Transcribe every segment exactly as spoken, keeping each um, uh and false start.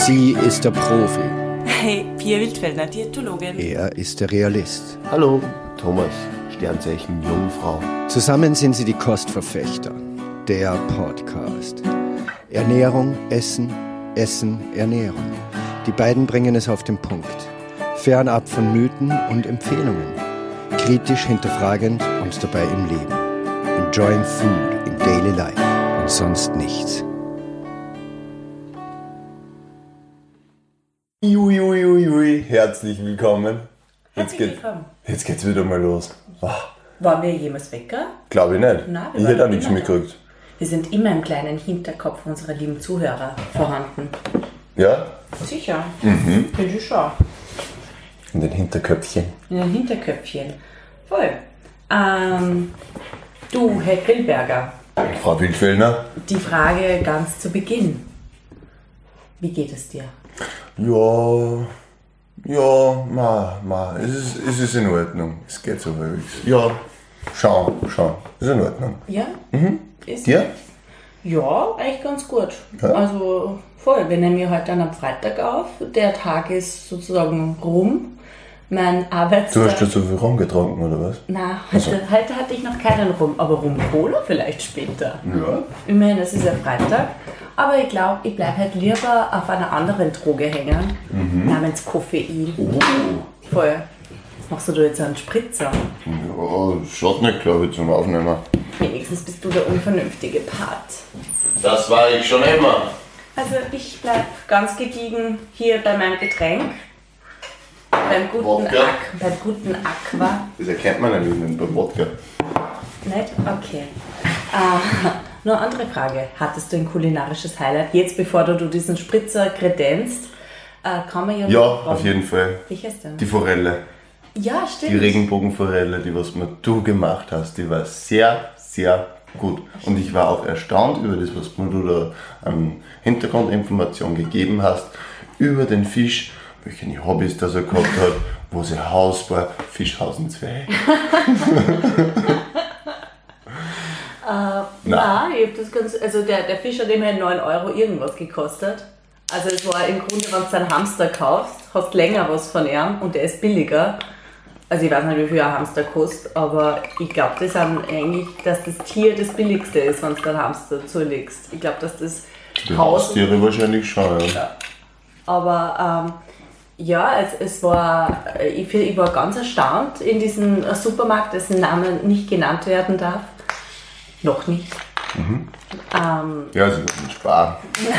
Sie ist der Profi. Hey, Pia Wildfellner, Diätologin. Er ist der Realist. Hallo, Thomas, Sternzeichen Jungfrau. Zusammen sind sie die Kostverfechter. Der Podcast. Ernährung, Essen, Essen, Ernährung. Die beiden bringen es auf den Punkt. Fernab von Mythen und Empfehlungen. Kritisch hinterfragend und dabei im Leben. Enjoying food in daily life und sonst nichts. Uiuiuiui, herzlich willkommen. Herzlich jetzt geht, willkommen. Jetzt geht's wieder mal los. Waren wir jemals Wecker? Glaube ich nicht. Nein, wir ich waren hätte auch nichts immer mitgekriegt. Wir sind immer im kleinen Hinterkopf unserer lieben Zuhörer vorhanden. Ja? Sicher. Mhm. Finde ich schon. In den Hinterköpfchen. In den Hinterköpfchen. Voll. Ähm, du, Herr Grillberger, Frau Wildfellner? die Frage ganz zu Beginn. Wie geht es dir? Ja, ja, ma, ma, es ist, es ist in Ordnung. Es geht so halbwegs. Ja, schau, schau, ist in Ordnung. Ja? Mhm. Ist Dir? Ja, eigentlich ganz gut. Ja? Also voll. Wir nehmen ja heute dann am Freitag auf. Der Tag ist sozusagen rum. Mein Arbeitstag... Du hast da so viel rumgetrunken, oder was? Nein, heute, heute hatte ich noch keinen Rum, aber Rum-Cola vielleicht später. Ja. Immerhin, es ist ja Freitag. Aber ich glaube, ich bleibe halt lieber auf einer anderen Droge hängen, Mhm. namens Koffein. Oh. Voll. Machst du da jetzt einen Spritzer? Ja, schaut nicht, glaube ich, zum Aufnehmen. Wenigstens bist du der unvernünftige Part. Das war ich schon immer. Also ich bleibe ganz gediegen hier bei meinem Getränk. Beim guten, Wodka? Aqu- beim guten Aqua. Das erkennt man nämlich nicht beim Wodka. Nicht? Okay. Äh, nur eine andere Frage. Hattest du ein kulinarisches Highlight? Jetzt, bevor du, du diesen Spritzer kredenzt, äh, kann man ja... Ja, noch auf jeden Fall. Wie heißt der? Die Forelle. Ja, stimmt. Die Regenbogenforelle, die was mir du gemacht hast, die war sehr, sehr gut. Und ich war auch erstaunt über das, was mir du da an Hintergrundinformation gegeben hast, über den Fisch, welche Hobbys das er gehabt hat, wo sie hausbar Fischhausen zwei. Äh, nein, ich hab das ganz, also der, der Fisch hat immerhin neun Euro irgendwas gekostet. Also es war im Grunde, wenn du einen Hamster kaufst, hast länger was von ihm und der ist billiger. Also ich weiß nicht, wie viel ein Hamster kostet, aber ich glaube, das sind eigentlich, dass das Tier das billigste ist, wenn du einen Hamster zulegst. Ich glaube, dass das Die Haus... Haustiere wahrscheinlich schon, ja. Ja. Aber ähm, ja, es, es war, ich, ich war ganz erstaunt in diesem Supermarkt, dessen Name nicht genannt werden darf. Noch nicht. Mhm. Ähm, Ja, sie wird nicht sparen.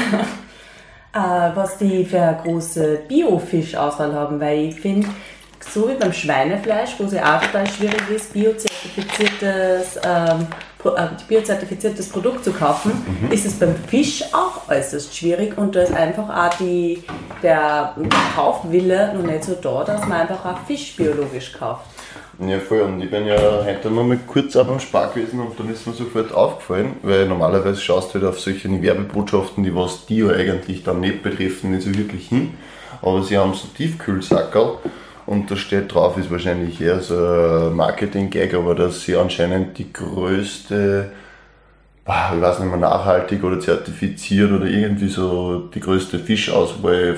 äh, was die für eine große Bio-Fischauswahl haben, weil ich finde, so wie beim Schweinefleisch, wo es ja auch total schwierig ist, biozertifiziertes, ähm, Pro- äh, biozertifiziertes Produkt zu kaufen, Mhm. ist es beim Fisch auch äußerst schwierig und da ist einfach auch die, der, der Kaufwille noch nicht so da, dass man einfach auch Fisch biologisch kauft. Ja, voll. Und ich bin ja heute noch mal kurz auch beim Spar gewesen und dann ist mir sofort aufgefallen, weil normalerweise schaust du halt auf solche Werbebotschaften, die was die ja eigentlich dann nicht betreffen, nicht so wirklich hin. Aber sie haben so Tiefkühlsackerl und da steht drauf, ist wahrscheinlich eher so ein Marketing-Gag, aber dass sie anscheinend die größte, bah, ich weiß nicht mehr, nachhaltig oder zertifiziert oder irgendwie so die größte Fischauswahl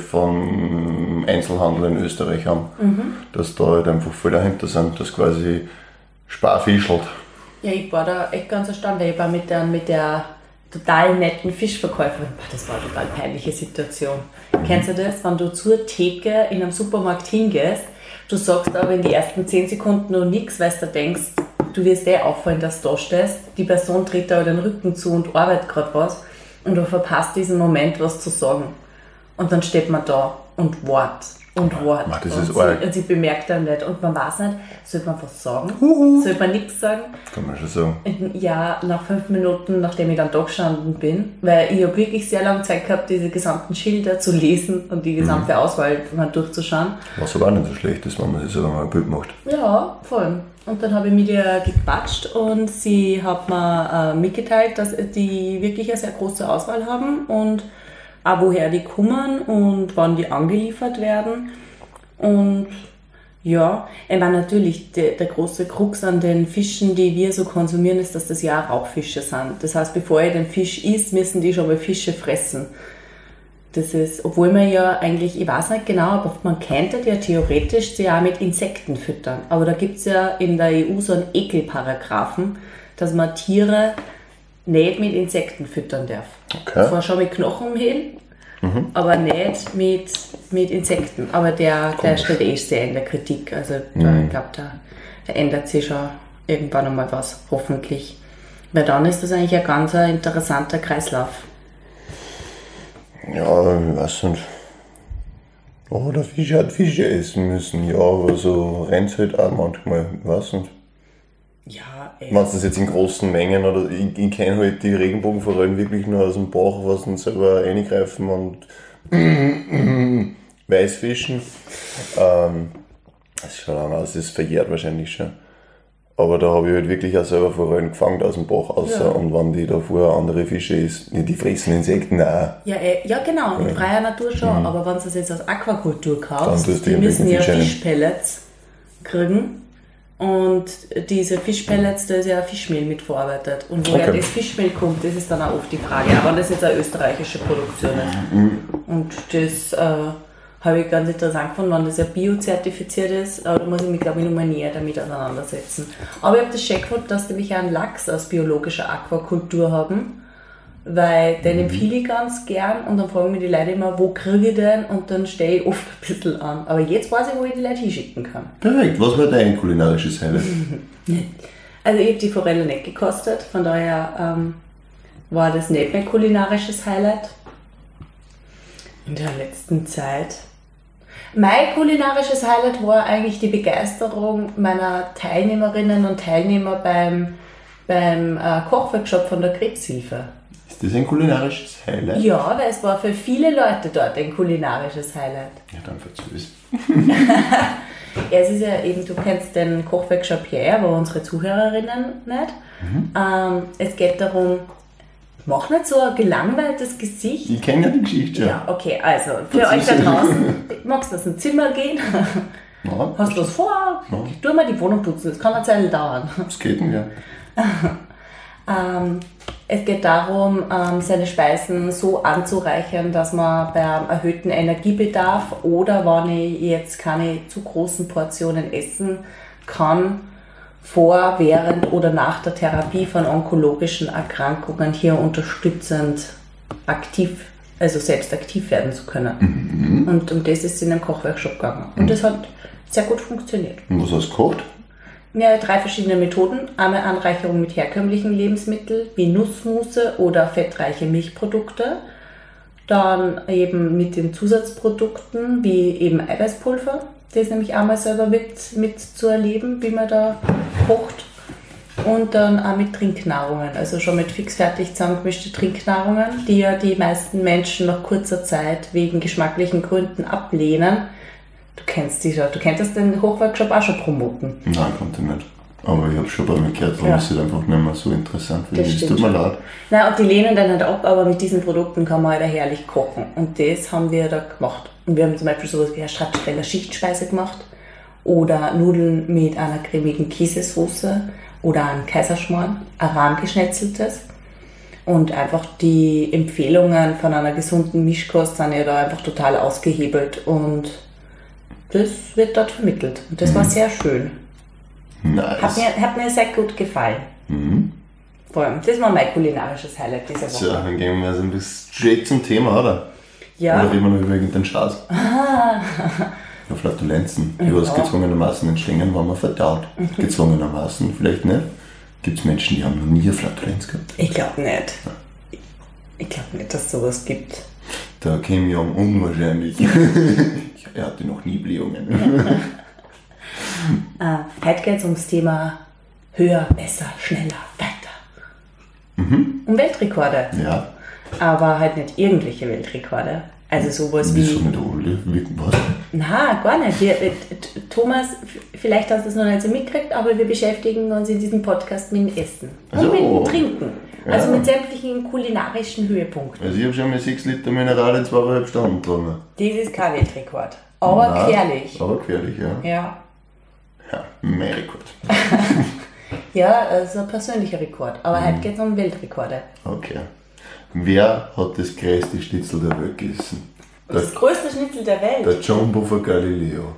vom Einzelhandel in Österreich haben. Dass da halt einfach voll dahinter sind, dass quasi Spar fischelt. Ja, ich war da echt ganz erstaunt, weil ich war mit der, mit der total netten Fischverkäuferin, boah, das war eine total peinliche Situation. Kennst du das, wenn du zur Theke in einem Supermarkt hingehst, du sagst aber in die ersten zehn Sekunden noch nichts, weil du denkst, du wirst eh auffallen, dass du da stehst, die Person dreht da den Rücken zu und arbeitet gerade was und du verpasst diesen Moment, was zu sagen. Und dann steht man da und wartet und wartet. Mann, das und, ist sie, arg. und sie bemerkt dann nicht und man weiß nicht, sollte man was sagen? Sollte man nichts sagen? Kann man schon sagen. Ja, nach fünf Minuten, nachdem ich dann da gestanden bin, weil ich habe wirklich sehr lange Zeit gehabt, diese gesamten Schilder zu lesen und die gesamte Mhm. Auswahl mal durchzuschauen. Was aber auch nicht so schlecht ist, wenn man sich selber mal ein Bild macht. Ja, voll. Und dann habe ich mit ihr gequatscht und sie hat mir äh, mitgeteilt, dass die wirklich eine sehr große Auswahl haben und auch woher die kommen und wann die angeliefert werden. Und ja, ich meine natürlich, der, der große Krux an den Fischen, die wir so konsumieren, ist, dass das ja auch Raubfische sind. Das heißt, bevor ihr den Fisch isst, müssen die schon mal Fische fressen. Das ist, obwohl man ja eigentlich, ich weiß nicht genau, aber man könnte ja theoretisch sie auch mit Insekten füttern. Aber da gibt es ja in der E U so einen Ekelparagraphen, dass man Tiere nicht mit Insekten füttern darf. Okay. Zwar schon mit Knochenmehl, mhm. aber nicht mit, mit Insekten. Aber der, der steht eh sehr in der Kritik. Also da, mhm. ich glaube, da, da ändert sich schon irgendwann einmal was, hoffentlich. Weil dann ist das eigentlich ein ganz ein interessanter Kreislauf. Ja, ich weiß nicht. Oh, der Fisch hat Fische essen müssen, ja, aber so rennt halt auch manchmal, ich weiß nicht. Ja, ey. Meinst du das jetzt in großen Mengen oder ich, ich kenne halt die Regenbogenforellen wirklich nur aus dem Bauch, was dann selber reingreifen und Weißfischen. Ähm, das schaut auch aus, das ist verjährt wahrscheinlich schon. Aber da habe ich halt wirklich auch selber Forellen gefangen aus dem Bach raus. Ja. Und wenn die da vorher andere Fische ist, die fressen Insekten auch. Ja, äh, ja genau, in freier Natur schon. Mhm. Aber wenn du das jetzt aus Aquakultur kaufst, die, die müssen ja Fischpellets kriegen. Und diese Fischpellets, da ist ja Fischmehl mitverarbeitet. Und woher okay. das Fischmehl kommt, das ist dann auch oft die Frage. Aber wenn das jetzt eine österreichische Produktion ist. Mhm. Und das äh, habe ich ganz interessant gefunden, wenn das ja biozertifiziert ist. Aber da muss ich mich, glaube ich, noch mal näher damit auseinandersetzen. Aber ich habe das schön gefunden, dass die mich einen Lachs aus biologischer Aquakultur haben. Weil den empfehle ich ganz gern und dann fragen mich die Leute immer, wo kriege ich den? Und dann stehe ich oft ein bisschen an. Aber jetzt weiß ich, wo ich die Leute hinschicken kann. Perfekt. Was war dein kulinarisches Highlight? Also ich habe die Forelle nicht gekostet, von daher ähm, war das nicht mein kulinarisches Highlight. In der letzten Zeit. Mein kulinarisches Highlight war eigentlich die Begeisterung meiner Teilnehmerinnen und Teilnehmer beim, beim äh, Kochworkshop von der Krebshilfe. Ist das ein kulinarisches Highlight? Ja, weil es war für viele Leute dort ein kulinarisches Highlight. Ja, dann verzeih es. Ja, es ist ja eben, du kennst den Kochworkshop hier, aber unsere Zuhörerinnen nicht. Mhm. Ähm, es geht darum, mach nicht so ein gelangweiltes Gesicht. Ich kenne ja die Geschichte schon. Ja, okay, also für das euch da draußen, magst du aus dem Zimmer gehen? Ja, hast du was vor? Ja. Tu mal die Wohnung putzen, das kann eine Zeit dauern. Das geht denn, ja. ähm, es geht darum, ähm, seine Speisen so anzureichern, dass man beim erhöhten Energiebedarf oder wenn ich jetzt keine zu großen Portionen essen kann, vor, während oder nach der Therapie von onkologischen Erkrankungen hier unterstützend aktiv, also selbst aktiv werden zu können. Mhm. Und um das ist es in einem Kochworkshop gegangen. Und mhm. das hat sehr gut funktioniert. Und was hast du gekocht? Ja, drei verschiedene Methoden. Einmal Anreicherung mit herkömmlichen Lebensmitteln wie Nussmusse oder fettreiche Milchprodukte. Dann eben mit den Zusatzprodukten wie eben Eiweißpulver. Das ist nämlich einmal selber mit, mit zu erleben, wie man da kocht. Und dann auch mit Trinknahrungen, also schon mit fixfertig zusammengemischte Trinknahrungen, die ja die meisten Menschen nach kurzer Zeit wegen geschmacklichen Gründen ablehnen. Du kennst die schon, du könntest den Kochworkshop auch schon promoten. Nein, konnte ich nicht. Aber ich habe schon bei mir gehört, warum ja. es halt einfach nicht mehr so interessant wird. Es tut mir leid. Nein, und die lehnen dann halt ab, aber mit diesen Produkten kann man halt herrlich kochen. Und das haben wir da gemacht. Und wir haben zum Beispiel sowas wie eine Stracciatella Schichtspeise gemacht oder Nudeln mit einer cremigen Käsesoße oder ein Kaiserschmarrn, ein rahmgeschnetzeltes. Und einfach die Empfehlungen von einer gesunden Mischkost sind ja da einfach total ausgehebelt und das wird dort vermittelt. Und das mhm. war sehr schön. Nice. Hat mir, hat mir sehr gut gefallen. Mhm. Vor allem, das war mein kulinarisches Highlight dieser Woche. So, dann gehen wir also ein bisschen straight zum Thema, oder? Ja. Oder reden wir noch über irgendeinen Schatz? Ah. Ja, Flatulenzen, die was ja. gezwungenermaßen entstehen, wenn man verdaut. Mhm. Gezwungenermaßen, vielleicht nicht. Gibt es Menschen, die haben noch nie eine Flatulenz gehabt? Ich glaube nicht. Ja. Ich glaube nicht, dass es sowas gibt. Der Kim Jong unwahrscheinlich. Er hatte noch nie Blähungen. äh, heute geht es ums Thema höher, besser, schneller, weiter. Mhm. Um Weltrekorde. Ja. Aber halt nicht irgendwelche Weltrekorde. Also sowas wie... Wieso nicht alle? Was? Nein, gar nicht. Wir, Thomas, vielleicht hast du es noch nicht so mitgekriegt, aber wir beschäftigen uns in diesem Podcast mit dem Essen. Und so. Mit dem Trinken. Also ja. mit sämtlichen kulinarischen Höhepunkten. Also ich habe schon mal sechs Liter Mineral in zweieinhalb Stunden getrunken. Das ist kein Weltrekord. Aber Nein, gefährlich. Aber gefährlich, ja. Ja. Ja, mein Rekord. Ja, also ein persönlicher Rekord. Aber mhm. heute geht es um Weltrekorde. Okay. Wer hat das größte Schnitzel der Welt gegessen? Der, Das größte Schnitzel der Welt. der Jumbo von Galileo.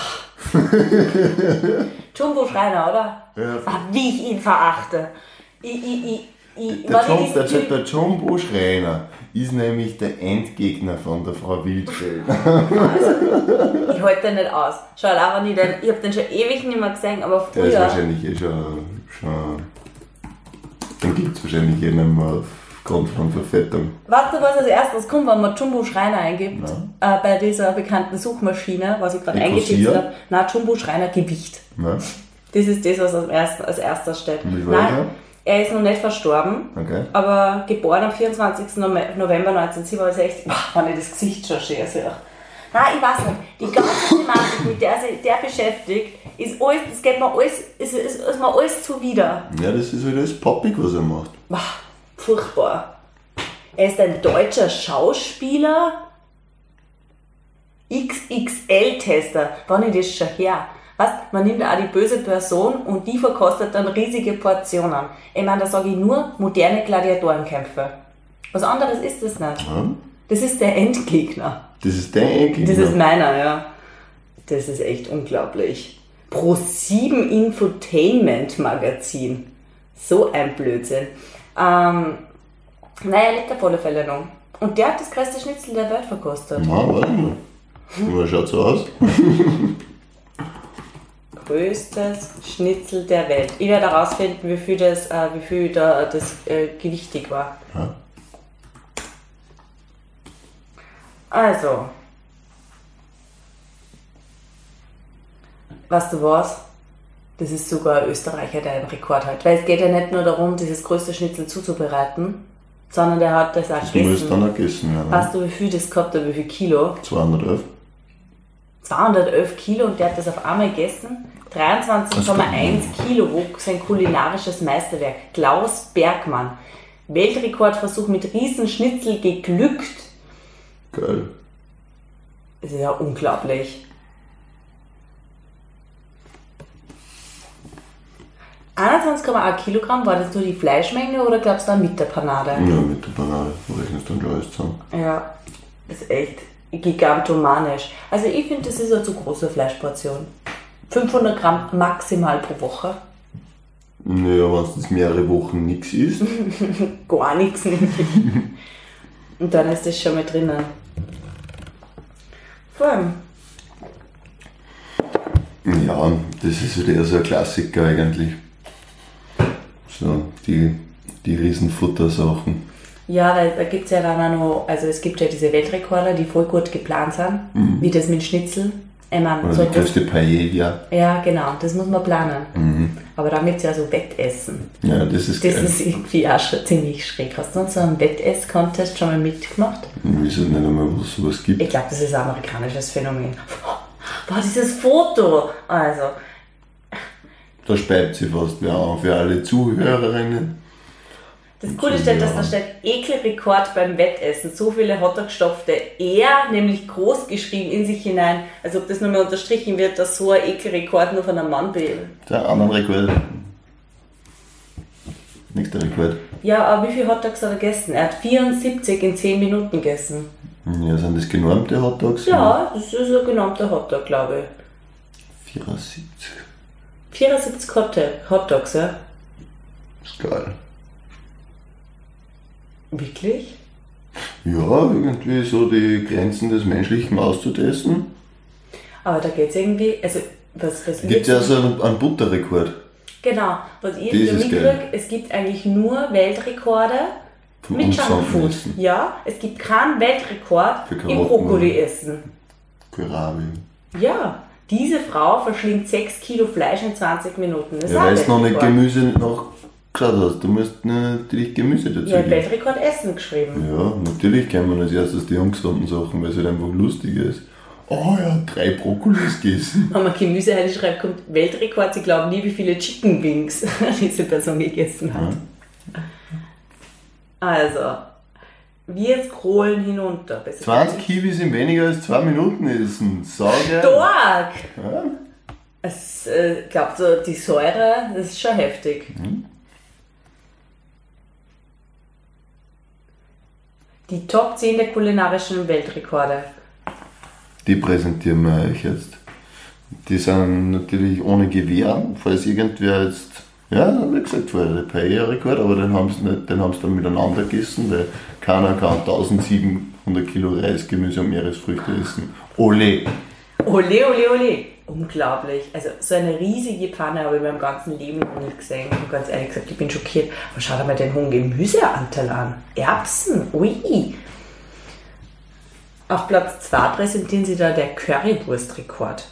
Jumbo Schreiner, oder? Ja. Ach, wie ich ihn verachte. Ich, ich, ich, ich, Der, wenn Jum, ich der, diesen der Typ- Jumbo Schreiner ist nämlich der Endgegner von der Frau Wildfeld. Ich halte den nicht aus. Schau, auch wenn ich den, ich habe den schon ewig nicht mehr gesehen, aber Der ist früher. wahrscheinlich eh schon. schon den gibt es wahrscheinlich eh nicht mehr aufgrund von Verfettung. Weißt du, was als erstes kommt, wenn man Jumbo Schreiner eingibt? Äh, bei dieser bekannten Suchmaschine, was ich gerade eingetippt Ecosia? habe. Nein, Jumbo Schreiner Gewicht. Ne? Das ist das, was als, erst, als erster steht. Und wie war Nein, er ist noch nicht verstorben, Okay. aber geboren am vierundzwanzigsten November neunzehnhundertsiebenundsechzig. Ach, wenn ich das Gesicht schon schön sehe. Nein, ich weiß nicht. Die ganze Thematik, mit der sich der beschäftigt, ist alles, das geht mir alles, ist, ist, ist mir alles zuwider. Ja, das ist halt alles poppig, was er macht. Ach, furchtbar. Er ist ein deutscher Schauspieler, X X L-Tester. Wann ich das schon her? Weißt, man nimmt auch die böse Person und die verkostet dann riesige Portionen. Ich meine, da sage ich nur moderne Gladiatorenkämpfe. Was anderes ist das nicht. Ja? Das ist der Endgegner. Das ist der Endgegner. Das ist meiner, ja. Das ist echt unglaublich. Pro sieben Infotainment Magazin. So ein Blödsinn. Ähm, naja, er lebt auf alle Fälle noch. Und der hat das größte Schnitzel der Welt verkostet. Na, warte mal. Mal schaut so aus. Größtes Schnitzel der Welt. Ich werde herausfinden, wie viel das, äh, wie viel da das äh, gewichtig war. Ja. Also. Weißt du was? Das ist sogar ein Österreicher, der einen Rekord hat. Weil es geht ja nicht nur darum, dieses größte Schnitzel zuzubereiten, sondern der hat das auch Das muss gegessen. dann auch gegessen werden. Weißt du, wie viel das gehabt hat, wie viel Kilo? zweihundertelf. zweihundertelf Kilo und der hat das auf einmal gegessen. dreiundzwanzig Komma eins Kilo wog sein kulinarisches Meisterwerk. Klaus Bergmann. Weltrekordversuch mit Riesenschnitzel geglückt. Geil. Das ist ja unglaublich. einundzwanzig Komma eins Kilogramm, war das nur die Fleischmenge oder glaubst du auch mit der Panade? Ja, mit der Panade. Da rechnest du dann schon alles zusammen. Ja, ist echt gigantomanisch. Also ich finde, das ist eine zu große Fleischportion. fünfhundert Gramm maximal pro Woche. Naja, wenn es das mehrere Wochen nichts ist. Gar nichts nämlich. Und dann ist das schon mit drinnen. Vor allem. Ja, das ist halt eher so ein Klassiker eigentlich. So, die, die Riesenfuttersachen. Ja, weil da gibt es ja dann auch noch, also es gibt ja diese Weltrekorde, die voll gut geplant sind, wie das mit Schnitzel. Ich mein, Oder so die größte Paella. ja, genau, das muss man planen. Aber dann gibt es ja so Wettessen. Ja, das ist Das geil. ist irgendwie auch schon ziemlich schräg. Hast du uns so einen Wettess-Contest schon mal mitgemacht? Ich weiß nicht einmal, was es sowas gibt. Ich glaube, das ist ein amerikanisches Phänomen. Boah, dieses Foto! Also, Da speibt sie fast wer an für alle Zuhörerinnen. das Coole ist, dass da steht Ekelrekord beim Wettessen. So viele Hotdog-Stoffe. Er, nämlich groß geschrieben in sich hinein, als ob das nur mehr unterstrichen wird, dass so ein Ekelrekord nur von einem Mann bildet. Der andere Rekord. Nächster Rekord. Ja, aber wie viele Hotdogs hat er gegessen? Er hat vierundsiebzig in zehn Minuten gegessen. Ja, sind das genormte Hotdogs? Ja, das ist ein genormter Hotdog, glaube ich. vierundsiebzig. vierundsiebzig Hot- Hotdogs, ja? Ist geil. Wirklich? Ja, irgendwie so die Grenzen des Menschlichen auszutesten. Aber da geht es irgendwie, also was, was Gibt es ja so einen, einen Butterrekord Genau, was ich Das so ist mitkriege, geil. es gibt eigentlich nur Weltrekorde vom mit ungesunden Junkfood. Essen. Ja, es gibt keinen Weltrekord Für im Karotten. Brokkoli-Essen. Kohlrabi. Ja, diese Frau verschlingt sechs Kilo Fleisch in zwanzig Minuten. Das ist Ja, auch weil du noch nicht Weltrekord. Gemüse noch geschaut hast. Du musst natürlich Gemüse dazu Ja, geben. Weltrekord Essen geschrieben. Ja, natürlich kennt man als erstes die ungesunden Sachen, weil es halt einfach lustig ist. Oh ja, drei Brokkolis gegessen. Wenn man Gemüse reinschreibt, kommt Weltrekord. Sie glauben nie, wie viele Chicken Wings diese Person gegessen hat. Also, wir scrollen hinunter. Bis zwanzig Kiwis in weniger als zwei Minuten essen. Saugeil. Stark! Ja. Ich äh, glaube, so die Säure, das ist schon heftig. Die Top zehn der kulinarischen Weltrekorde. Die präsentieren wir euch jetzt. Die sind natürlich ohne Gewehr, falls irgendwer jetzt, ja, wie gesagt, vorher der Paella-Rekord, aber den haben sie nicht, den haben sie dann miteinander gegessen, weil keiner kann eintausendsiebenhundert Kilo Reis, Gemüse und Meeresfrüchte essen. Ole! Ole, ole, ole! Unglaublich. Also so eine riesige Pfanne habe ich in meinem ganzen Leben noch nicht gesehen. Und ganz ehrlich gesagt, ich bin schockiert. Aber schau dir mal den hohen Gemüseanteil an. Erbsen, ui! Auf Platz zwei präsentieren sie da der Currywurst-Rekord.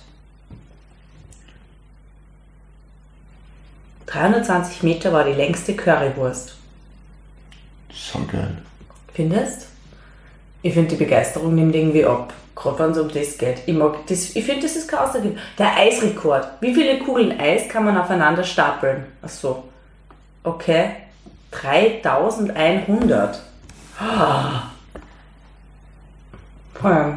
dreihundertzwanzig Meter war die längste Currywurst. So geil. Findest? Ich finde, die Begeisterung nimmt irgendwie ab. Gerade wenn es um das geht. Ich, mag das, ich finde, das ist kein Außergewöhnlich. Der Eisrekord. Wie viele Kugeln Eis kann man aufeinander stapeln? Ach so. Okay. dreitausendeinhundert. Ah. Voll.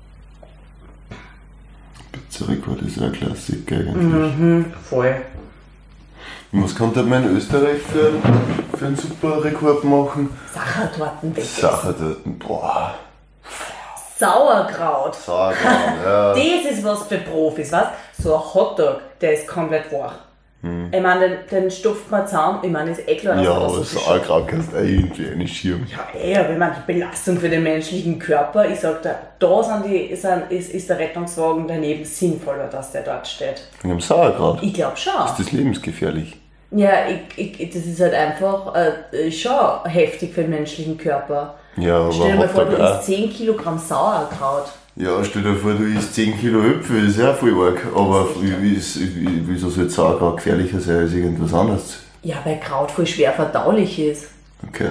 Pizza-Rekord ist ja ein Klassiker eigentlich. Mhm, voll. Was konnte man in Österreich für, für einen super Rekord machen? Sachertorten weg. Sachertorten, boah. Sauerkraut. Sauerkraut, ja. Das ist was für Profis, weißt du? So ein Hotdog, der ist komplett wach. Hm. Ich meine, den, den stopft man zusammen. Ich meine, das ist eh klar, dass ja, man aber so viel Sauerkraut kannst du auch irgendwie eine schirmen. Ja, ey, aber ich meine, die Belastung für den menschlichen Körper, ich sag da, da sind die, sind, ist, ist der Rettungswagen daneben sinnvoller, dass der dort steht. Von dem Sauerkraut? Ich glaube schon. Ist das lebensgefährlich? Ja, ich, ich, das ist halt einfach äh, schon heftig für den menschlichen Körper. Ja, aber stell dir mal vor, du auch. isst zehn Kilogramm Sauerkraut. Ja, stell dir vor, du isst zehn Kilo Äpfel, das ist ja voll arg. Aber wieso soll Sauerkraut gefährlicher sein als irgendwas anderes? Ja, weil Kraut voll schwer verdaulich ist. Okay.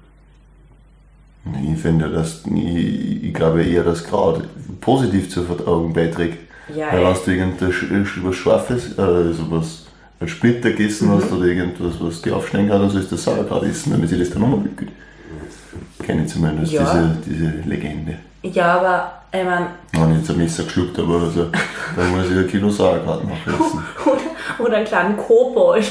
Ich finde ja, dass, ich, ich glaube eher, dass Kraut positiv zur Verdauung beiträgt. Ja, weil ey. wenn du irgendwas Scharfes, äh, sowas, ein Splitter gegessen Mhm. hast oder irgendwas, was dir aufschneiden kann, dann sollst du Sauerkraut essen, damit sich das dann nochmal wickelt. Kenne ich zumindest, Ja. diese, diese Legende. Ja, aber ich meine, Wenn ich jetzt ein Messer geschluckt habe oder so, dann muss ich ein Kilo Sauerkraut nachessen. oder, oder einen kleinen Kobold.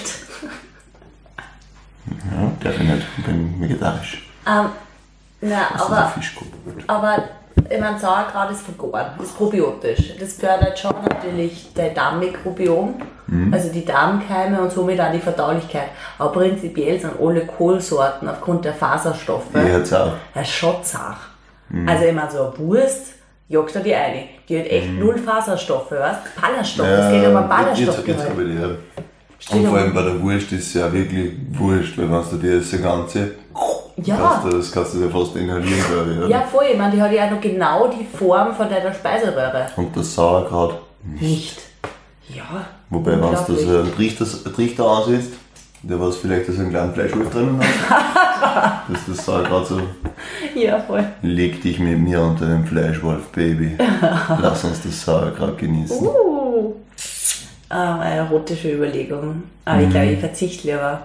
Ja, darf ich nicht, ich bin vegetarisch. Ähm, na, Das ist aber, ein Fischkobold. aber ich meine, Sauerkraut ist vergoren, das ist probiotisch. Das fördert schon natürlich dein Darmmikrobiom, Mhm. also die Darmkeime und somit auch die Verdaulichkeit. Aber prinzipiell sind alle Kohlsorten aufgrund der Faserstoffe Ich hätte es auch. eine Schotzach. Also ich meine, so eine Wurst jagt da die eine. Die hat echt null Faserstoffe, weißt du? Ballaststoffe, es geht um ein jetzt, jetzt Ballaststoffgehalt. habe ich die. Und Steht vor um- allem bei der Wurst ist es ja wirklich Wurst, weil wenn du dir das Ganze, Ja. kannst du, das kannst du ja fast inhalieren, glaube ich. Oder? Ja, voll. Ich meine, die hat ja auch noch genau die Form von deiner Speiseröhre. Und das Sauerkraut. Nicht. Ja. Wobei, wenn du unglaublich. so einen Trichter, einen Trichter ansetzt, der was vielleicht so einen kleinen Fleischwolf drinnen hat, dass das Sauerkraut so, Ja, voll. leg dich mit mir unter den Fleischwolf, Baby. Lass uns das Sauerkraut genießen. Uh. Ah, eine erotische Überlegung. Aber ich glaube, ich verzichte lieber.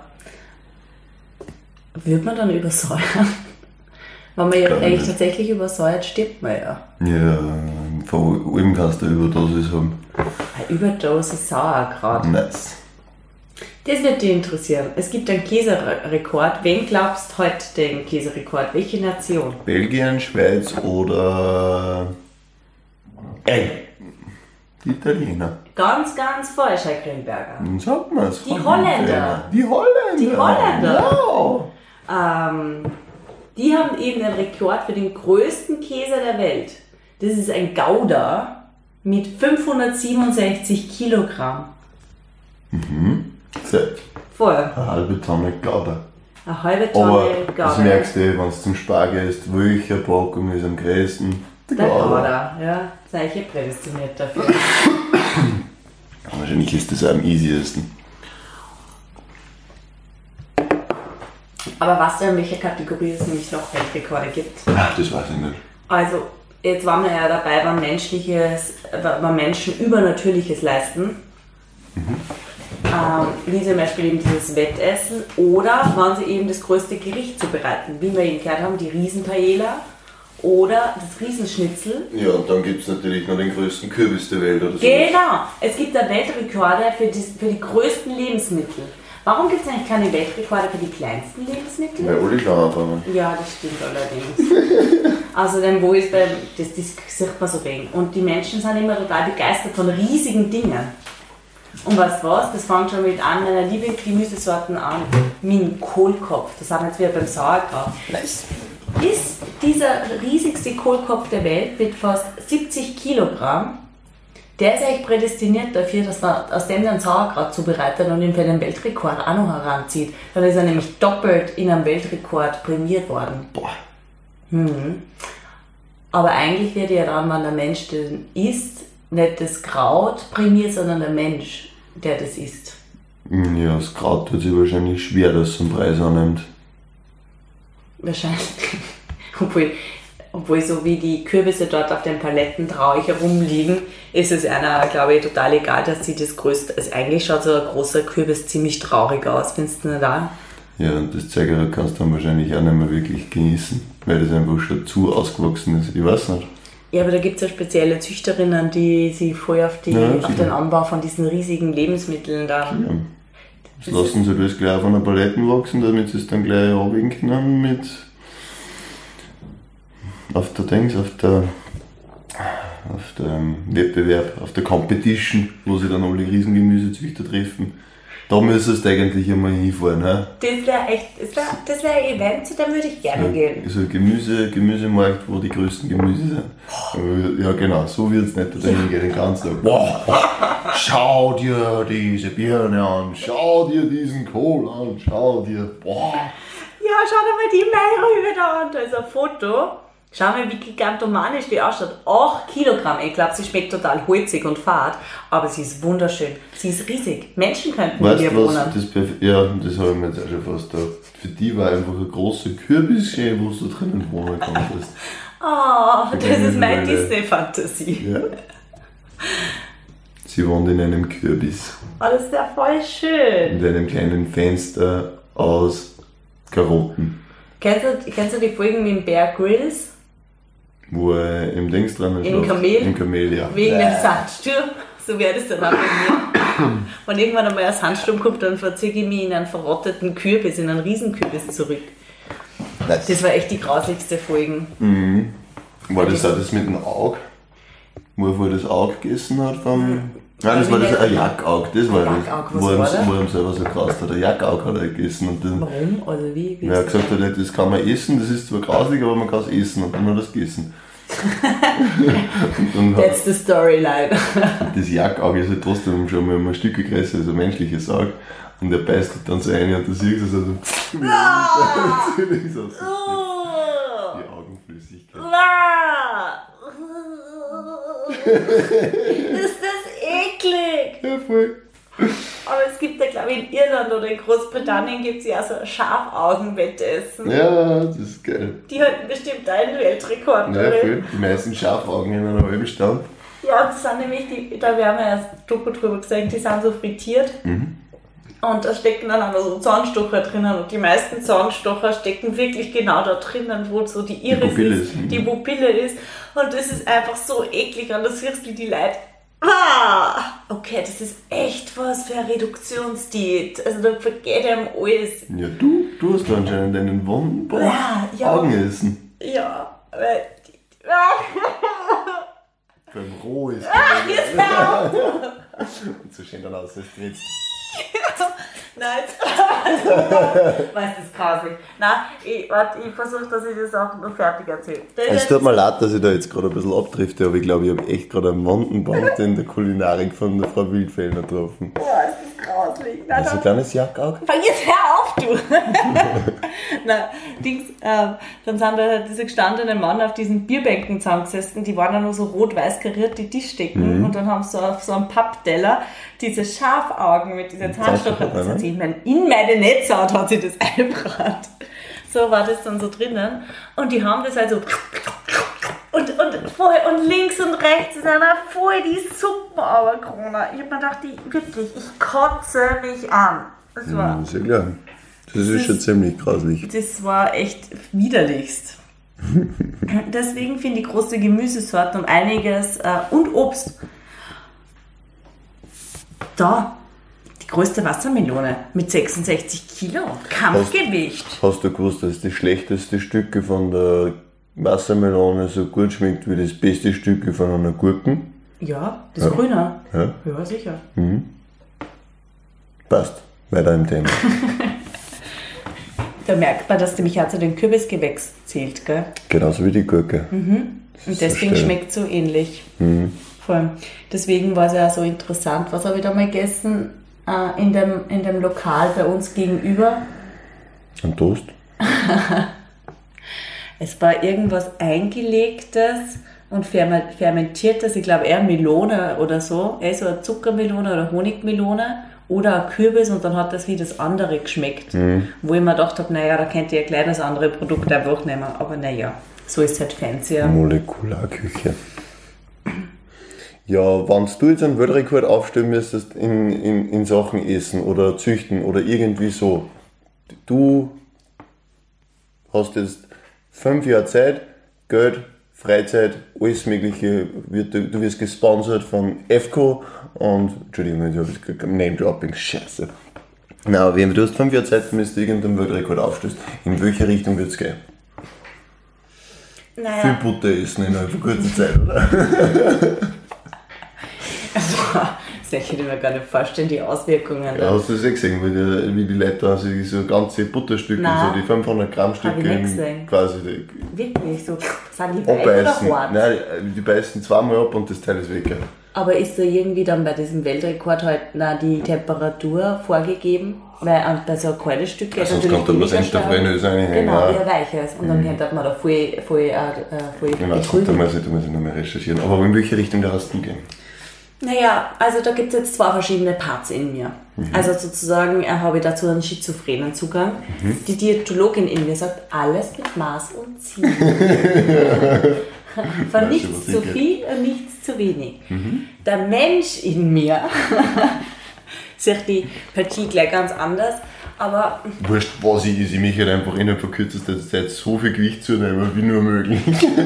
Wird man dann übersäuern? Wenn man ja Glaube eigentlich nicht. tatsächlich übersäuert, stirbt man ja. Ja, von allem kannst du eine Überdosis haben. Eine Überdosis Sauerkraut. Nice. Das wird dich interessieren. Es gibt einen Käserekord. Wen glaubst du heute den Käserekord? Welche Nation? Belgien, Schweiz oder Ey, die Italiener. Ganz, ganz falsch, Herr Grünberger. Dann sagt man es. Die Holländer. Die Holländer. Die Holländer. Ja. Ähm, die haben eben den Rekord für den größten Käse der Welt. Das ist ein Gouda mit fünfhundertsiebenundsechzig Kilogramm. Zeit. Voll. Eine halbe Tonne Gouda. Eine halbe Aber Tonne das Gouda. merkst du, wenn du zum Spar gehst, welche Packung ist am größten? Der Der Gouda. Gouda, ja. Sei ich eh prädestiniert dafür. Wahrscheinlich ist das am easiesten. Aber was denn, in welcher Kategorie es nämlich noch Weltrekorde gibt? Ach, das weiß ich nicht. Also, jetzt waren wir ja dabei, wenn menschliches, wenn Menschen Übernatürliches leisten. Ähm, wie zum Beispiel eben dieses Wettessen oder wenn sie eben das größte Gericht zubereiten. Wie wir eben gehört haben, die Riesenpaella oder das Riesenschnitzel. Ja, und dann gibt es natürlich noch den größten Kürbis der Welt oder so. Genau, es gibt da Weltrekorde für die, für die größten Lebensmittel. Warum gibt es eigentlich keine Weltrekorde für die kleinsten Lebensmittel? Weil alle kleiner waren. Ja, das stimmt allerdings. Außerdem, wo ist bei, das, das sieht man so wenig. Und die Menschen sind immer total begeistert von riesigen Dingen. Und weißt du was, das fängt schon mit an meiner Lieblingsgemüsesorten an, mit dem Kohlkopf. Das haben wir jetzt wieder beim Sauerkraut. Nice. Ist dieser riesigste Kohlkopf der Welt mit fast siebzig Kilogramm, der ist eigentlich prädestiniert dafür, dass man aus dem dann Sauerkraut zubereitet und ihn für den Weltrekord auch noch heranzieht. Dann ist er nämlich doppelt in einem Weltrekord prämiert worden. Boah. Mhm. Aber eigentlich wird ja dann, wenn der Mensch den isst, nicht das Kraut prämiert, sondern der Mensch, der das isst. Ja, das Kraut tut sich wahrscheinlich schwer, dass es einen Preis annimmt. Wahrscheinlich. Obwohl, obwohl so wie die Kürbisse dort auf den Paletten traurig herumliegen, ist es einer, glaube ich, total egal, dass sie das größte... Also eigentlich schaut so ein großer Kürbis ziemlich traurig aus, findest du nicht auch? Ja, und das Zeigerl kannst du dann wahrscheinlich auch nicht mehr wirklich genießen, weil das einfach schon zu ausgewachsen ist. Ich weiß nicht. Ja, aber da gibt es ja spezielle Züchterinnen, die sich voll auf, die, Ja, auf den Anbau von diesen riesigen Lebensmitteln dann... Ja. Das lassen sie das gleich auf einer Palette wachsen, damit sie es dann gleich abwinken können mit auf der Dings, auf der auf dem Wettbewerb, auf der Competition, wo sie dann alle Riesengemüsezüchter treffen. Da müsstest du eigentlich einmal hinfahren. He? Das wäre echt, das wäre das wär ein Event, zu dem würde ich gerne Ja, gehen. also ein Gemüse, Gemüsemarkt, wo die größten Gemüse sind. Ja genau, so wird es nicht da hingehen den ganzen Tag. Wow, schau dir diese Birne an, schau dir diesen Kohl an, schau dir, boah. Ja, schau dir mal die Mairübe da an, da ist ein Foto. Schau mal, wie gigantomanisch die ausschaut. acht Kilogramm. Ich glaube, sie schmeckt total holzig und fad, aber sie ist wunderschön. Sie ist riesig. Menschen könnten Weißt hier du was? wohnen. Das perf- ja, das habe ich mir jetzt auch schon fast gedacht. Für die war einfach ein großer Kürbis schön, wo du drinnen wohnen konntest. Oh, das ist meine Gemüseweide. Disney-Fantasie. Ja. Sie wohnt in einem Kürbis. Oh, das wäre voll schön. In einem kleinen Fenster aus Karotten, Kennst du, kennst du die Folgen mit dem Bear Grylls? wo er im Dings dran Im Kamel? Im Kamel, ja. Wegen dem Sandsturm. So wäre das dann auch bei mir. Wenn irgendwann einmal ein Sandsturm kommt, dann verziehe ich mich in einen verrotteten Kürbis, in einen Riesenkürbis zurück. Das war echt die grauslichste Folgen. Mhm. War das auch das mit dem Auge? Wo er vorher das Auge gegessen hat vom... Nein, das war das ein Jackaug, das war Ein das. Jackaug, was wo er war das? wo er ihm selber so krass hat. Ein Jackaug hat er gegessen und dann... Warum? Also wie? wie Ja, er ist hat gesagt, hat, das kann man essen, das ist zwar grausig, aber man kann es essen und dann hat er es gegessen. und dann That's the storyline. hat das Jackaug ist halt trotzdem schon mal ein Stück größer als ein menschliches Auge und er beißt halt dann so rein und du siehst es also... Natürlich so. Oh. Die Augenflüssigkeit. Ah. Ist das eklig? Ja, voll. Aber es gibt ja, glaube ich, in Irland oder in Großbritannien gibt es ja so ein Schafaugenwettessen. Ja, das ist geil. Die halten bestimmt einen Weltrekord. Ja, oder? voll. Die meisten Schafaugen in einer halben Stunde. Ja, das sind nämlich die, da werden wir erst Doku drüber gesagt, die sind so frittiert. Mhm. Und da stecken dann auch noch so Zahnstocher drinnen und die meisten Zahnstocher stecken wirklich genau da drinnen, wo so die Iris Pupille ist, ist. die Pupille ist. Und das ist einfach so eklig und du siehst, wie die Leute... Ah, okay, das ist echt was für eine Reduktionsdiät. Also da vergeht einem alles. Ja, du, du hast da anscheinend einen wunderbaren Ja, ja. Augenessen. Ja, weil... Die, ah, Beim Roh ist jetzt hör auf. Und so schön dann aus, das jetzt. Nein, jetzt... Weißt du, das ist grausig. Nein, ich, warte, ich versuche, dass ich das auch noch fertig erzähle. Das ist Es jetzt- tut mir leid, dass ich da jetzt gerade ein bisschen abdrifte, aber ich glaube, ich habe echt gerade einen Wandenpunkt in der Kulinarik von der Frau Wildfellner getroffen. Boah, das ist grausig. Nein, Also ein kleines Jackaug. Fang jetzt hör auf, du! Nein, Dings, ähm, dann sind da diese gestandenen Mann auf diesen Bierbänken zusammengesessen, die waren dann nur so rot-weiß kariert, die Tischdecken, Mhm. und dann haben sie so auf so einem Pappteller diese Schafaugen mit dieser Zahnstocher, das hat sie in, mein, in meine Netzhaut hat sie das eingebrannt. So war das dann so drinnen, und die haben das also und, und, voll, und links und rechts ist einer voll die Suppenauerkrone. Ich hab mir gedacht, die, wirklich, ich kotze mich an. Das war... Mhm, ist ja klar. Das ist ist- schon ziemlich grauslich. Das war echt widerlichst. Deswegen finde ich große Gemüsesorten um einiges äh, und Obst. Da, die größte Wassermelone mit sechsundsechzig Kilo. Kampfgewicht. Hast, hast du gewusst, dass die schlechteste Stücke von der Wassermelone so gut schmeckt wie das beste Stücke von einer Gurken? Ja, das Ja. Grüne. Ja. Ja, sicher. Passt. Weiter im Thema. Da merkt man, dass der mich auch zu den Kürbisgewächs zählt, gell? Genauso wie die Gurke. Und deswegen so schmeckt es so ähnlich. Vor allem. Deswegen war es ja so interessant. Was habe ich da mal gegessen? Äh, in, dem, in dem Lokal bei uns gegenüber. Ein Toast? Es war irgendwas Eingelegtes und ferme- fermentiertes. Ich glaube eher Melone oder so. Eher so eine Zuckermelone oder Honigmelone. Oder ein Kürbis und dann hat das wie das andere geschmeckt. Wo ich mir gedacht habe, naja, da könnt ihr ja gleich das andere Produkt einfach nehmen. Aber naja, so ist es halt fancy. Molekularküche. Ja, wenn du jetzt einen Weltrekord aufstellen müsstest in, in, in Sachen Essen oder Züchten oder irgendwie so, du hast jetzt fünf Jahre Zeit, Geld, Freizeit, alles Mögliche, wird, du wirst gesponsert von F C O und, Entschuldigung, ich habe jetzt Name-Dropping, scheiße. Na, aber du hast fünf Jahre Zeit, bis du irgendeinen Weltrekord aufstößt. In welche Richtung wird es gehen? Naja. Viel Butter essen innerhalb von kurzer Zeit, oder? Also, das kann ich mir gar nicht vorstellen, die Auswirkungen. Ja, hast du das eh gesehen, wie die, wie die Leute da sich so ganze Butterstücke, Nein. so die fünfhundert Gramm Stücke Hab ich nicht gesehen. quasi die, Wirklich, so sind die weich oder abbeißen. hart? Nein, die, die beißen zweimal ab und das Teil ist weg. Aber ist so irgendwie dann bei diesem Weltrekord halt na, die Temperatur vorgegeben? Weil äh, bei so kalten Stücken ist Sonst natürlich kommt da was weniger Intervenös reinhängen. Genau, ja. eher weiches. Und dann könnte man da voll, voll, äh, voll Genau, das kommt, da muss ich, da muss ich noch mal recherchieren. Aber in welche Richtung da hast du gehen? Naja, also da gibt es jetzt zwei verschiedene Parts in mir. Mhm. Also sozusagen äh, habe ich dazu einen schizophrenen Zugang. Mhm. Die Diätologin in mir sagt, alles mit Maß und Ziel. Von Weißt du, nichts was zu ich geht? viel und nichts zu wenig. Mhm. Der Mensch in mir sieht die Partie gleich ganz anders. Aber Wurscht, was ich ist, ich möchte halt einfach innerhalb von kürzester Zeit so viel Gewicht zunehmen, wie nur möglich.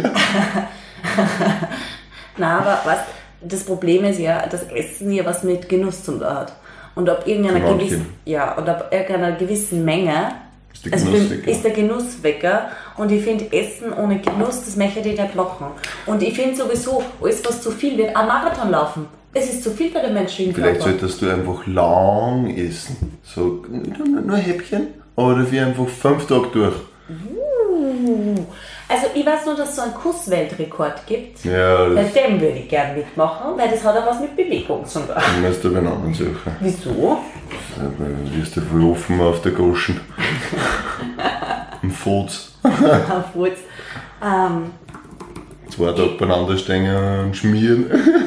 na, aber was, das Problem ist ja, dass Essen ja was mit Genuss zu tun hat. Und ob irgendeiner Für manche. gewissen, ja, und ab irgendeiner gewissen Menge Ist der also Genuss für- weg, ja. ist der Genusswecker. Und ich finde, Essen ohne Genuss, das möchte ich nicht machen. Und ich finde sowieso, alles was zu viel wird, ein Marathon laufen. Es ist zu viel für den menschlichen Vielleicht Körper. solltest du einfach lang essen. So, nur, nur ein Häppchen, aber dafür einfach fünf Tage durch. Uh, also ich weiß nur, dass es so einen Kussweltrekord gibt. Ja, Bei das dem würde ich gerne mitmachen, weil das hat auch was mit Bewegung zu tun. musst du bei einer anderen Sache. Wieso? Du wirst ja voll offen auf der Goschen. Im Fotz. Auf Wurz. Ähm, Zwei Tage beieinander stehen und schmieren.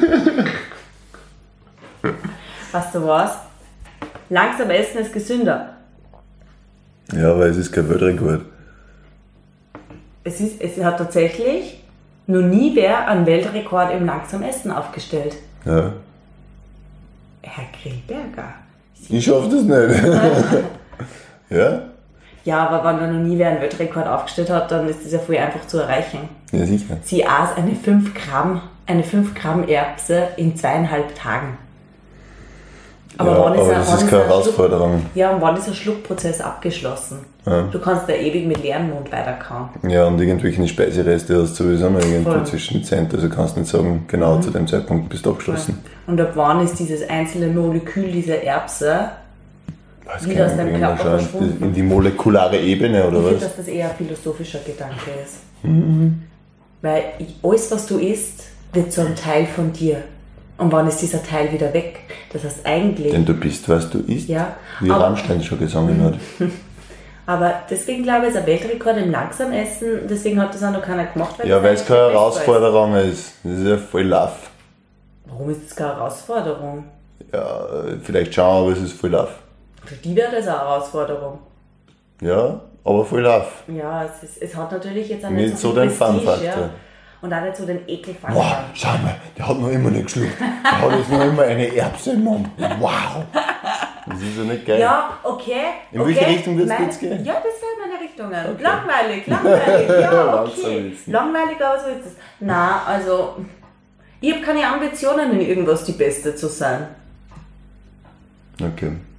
weißt du was? Langsam essen ist gesünder. Ja, weil es ist kein Weltrekord. Es, ist, es hat tatsächlich noch nie wer einen Weltrekord im langsamen Essen aufgestellt. Ja. Herr Grillberger. Ich schaff das nicht. Ja? Ja, aber wenn da noch nie wer einen Weltrekord aufgestellt hat, dann ist das ja voll einfach zu erreichen. Ja, sicher. Sie aß eine fünf Gramm, eine fünf Gramm Erbse in zweieinhalb Tagen. Aber, Ja, wann ist aber ein- das wann ist ist keine ein Schluck- Herausforderung. Ja, und wann ist der Schluckprozess abgeschlossen? Ja. Du kannst da ewig mit leerem Mund weiterkauen. Ja, und irgendwelche Speisereste hast du sowieso noch irgendwo Voll. zwischen den Zähnen. Also kannst du nicht sagen, genau zu dem Zeitpunkt bist du abgeschlossen. Und ab wann ist dieses einzelne Molekül dieser Erbse Weiß wieder gar aus deinem nicht, Körper schauen, verschwunden? in die molekulare Ebene oder Ich finde, was? dass das eher ein philosophischer Gedanke ist. Mhm. Weil ich- alles, was du isst, wird zu einem Teil von dir. Und wann ist dieser Teil wieder weg? Das heißt eigentlich... Denn du bist, was du isst, Ja, wie aber- Rammstein schon gesungen hat. Aber deswegen glaube ich, ist ein Weltrekord im Langsamessen, deswegen hat das auch noch keiner gemacht. Ja, das weil es eigentlich keine viel besser Herausforderung ist. Das ist ja voll laff. ist. Warum ist das keine Herausforderung? Ja, äh, vielleicht schauen, aber es ist voll laff. Für die wäre das eine Herausforderung. Ja, aber voll laff. Ja, es, ist, es hat natürlich jetzt auch Nicht nicht so viel den Prestige, Fun-Faktor. ja. Und auch nicht so den Ekelfaktor. Wow, schau mal, der hat noch immer nicht geschluckt. Der hat jetzt noch immer eine Erbse im Mund. Wow. Das ist ja nicht geil. Ja, okay. In okay. welche Richtung wird's Mein- jetzt gehen? Ja, das wären meine Richtungen. Langweilig, langweilig, ja, Langsam okay. wissen. Langweilig, aber so ist es. Na, also, ich habe keine Ambitionen, in irgendwas die Beste zu sein. Okay.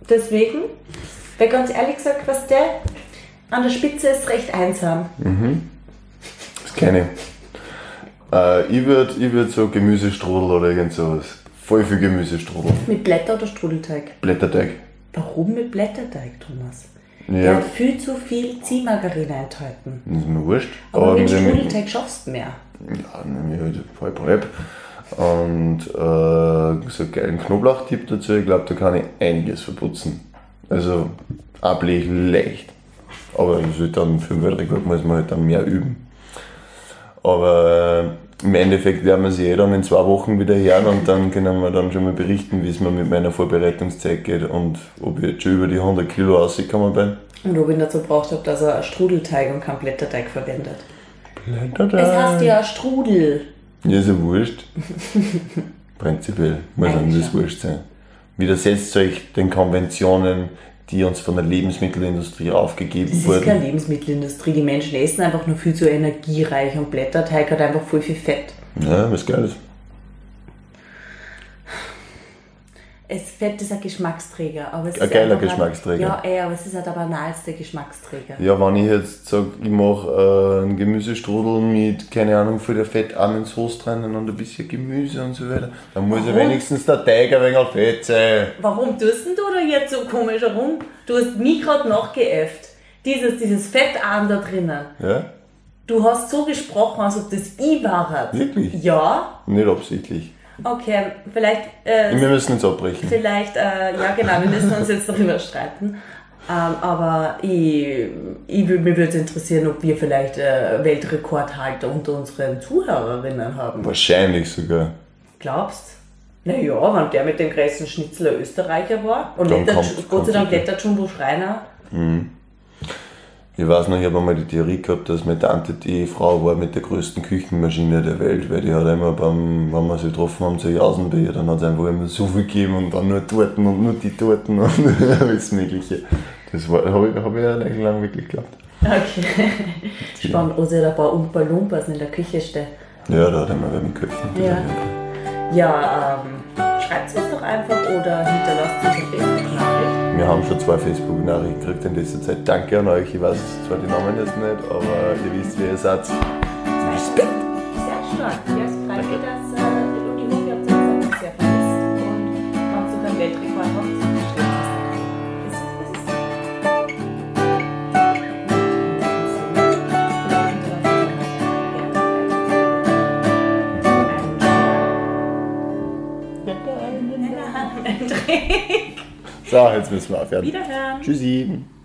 deswegen, weil ganz ehrlich gesagt, was der an der Spitze ist recht einsam. Mhm. Das kenne ich. Äh, ich würde ich würd so Gemüsestrudel oder irgend sowas. Voll viel Gemüsestrudel. Mit Blätter oder Strudelteig? Blätterteig. Warum mit Blätterteig, Thomas? Ja. Der hat viel zu viel Ziehmargarine enthalten. Das ist mir wurscht. Aber mit dem- Strudelteig schaffst du mehr. Ja, nehme ich halt voll Prep. Und äh, so einen geilen Knoblauchtipp dazu, ich glaube, da kann ich einiges verputzen. Also ablegen leicht. Aber das wird dann für den Weltrekord muss man halt dann mehr üben. Aber äh, im Endeffekt werden wir sie eh dann in zwei Wochen wieder hören und dann können wir dann schon mal berichten, wie es mir mit meiner Vorbereitungszeit geht und ob ich jetzt schon über die hundert Kilo rausgekommen bin. Und ob ich dazu braucht habe, dass er einen Strudelteig und keinen Blätterteig verwendet. Blätterteig. Es heißt ja Strudel. Ja, ist ja wurscht. Prinzipiell muss einem Eigentlich das schon. wurscht sein. Widersetzt euch den Konventionen, die uns von der Lebensmittelindustrie aufgegeben Das ist wurden. keine Lebensmittelindustrie. Die Menschen essen einfach nur viel zu energiereich und Blätterteig hat einfach voll viel Fett. Ja, was geil ist. Es Fett ist ein Geschmacksträger. Aber es Ein ist geiler einfach Geschmacksträger. Ja, ey, aber es ist halt der banalste Geschmacksträger. Ja, wenn ich jetzt sage, ich mache äh, einen Gemüsestrudel mit, keine Ahnung, viel der fettarmen Soße drinnen und ein bisschen Gemüse und so weiter, dann muss ja Warum? wenigstens der Teig ein wenig fett sein. Warum tust denn du da jetzt so komisch herum? Du hast mich gerade nachgeäfft. Dieses, dieses Fettarm da drinnen. Ja? Du hast so gesprochen, als ob das ich war. Wirklich? Ja. Nicht absichtlich. Okay, vielleicht, äh, Wir müssen jetzt abbrechen. vielleicht, äh, ja genau, wir müssen uns jetzt darüber streiten. Ähm, aber ich, ich, würd- mich würde es interessieren, ob wir vielleicht äh, Weltrekordhalter unter unseren Zuhörerinnen haben. Wahrscheinlich sogar. Glaubst? Naja, wenn der mit dem größten Schnitzel ein Österreicher war und Dann nicht der, kommt- Gott kommt sei Dank sicher. nicht der Jumbo Schreiner. Ich weiß noch, ich habe einmal die Theorie gehabt, dass meine Tante die Frau war mit der größten Küchenmaschine der Welt, weil die hat immer beim, wenn wir sie getroffen haben, so Jausen bei ihr, dann hat es einfach immer so viel gegeben und dann nur Torten und nur die Torten und alles Mögliche. Das habe ich, hab ich ja nicht lang wirklich geglaubt. Okay. Spannend, wo sie da ein paar Umpa Lumpas in der Küche stehen. Ja, da hat immer wer mit Köpfen. Ja. Ja, ähm, schreibt es doch einfach oder hinterlasst uns eine Facebook-Nachricht. Wir haben schon zwei Facebook-Nachrichten gekriegt in dieser Zeit. Danke an euch. Ich weiß zwar die Namen jetzt nicht, aber ihr wisst, wer ihr seid. Respekt! Sehr stark. Ja, es freut mich, dass äh, und ich hoffe, ihr habt es auch sehr vermisst. Und wenn du keinen Weltrekord hast, schreibt es. Es ist. So, jetzt müssen wir aufhören. Wiederhören. Tschüssi!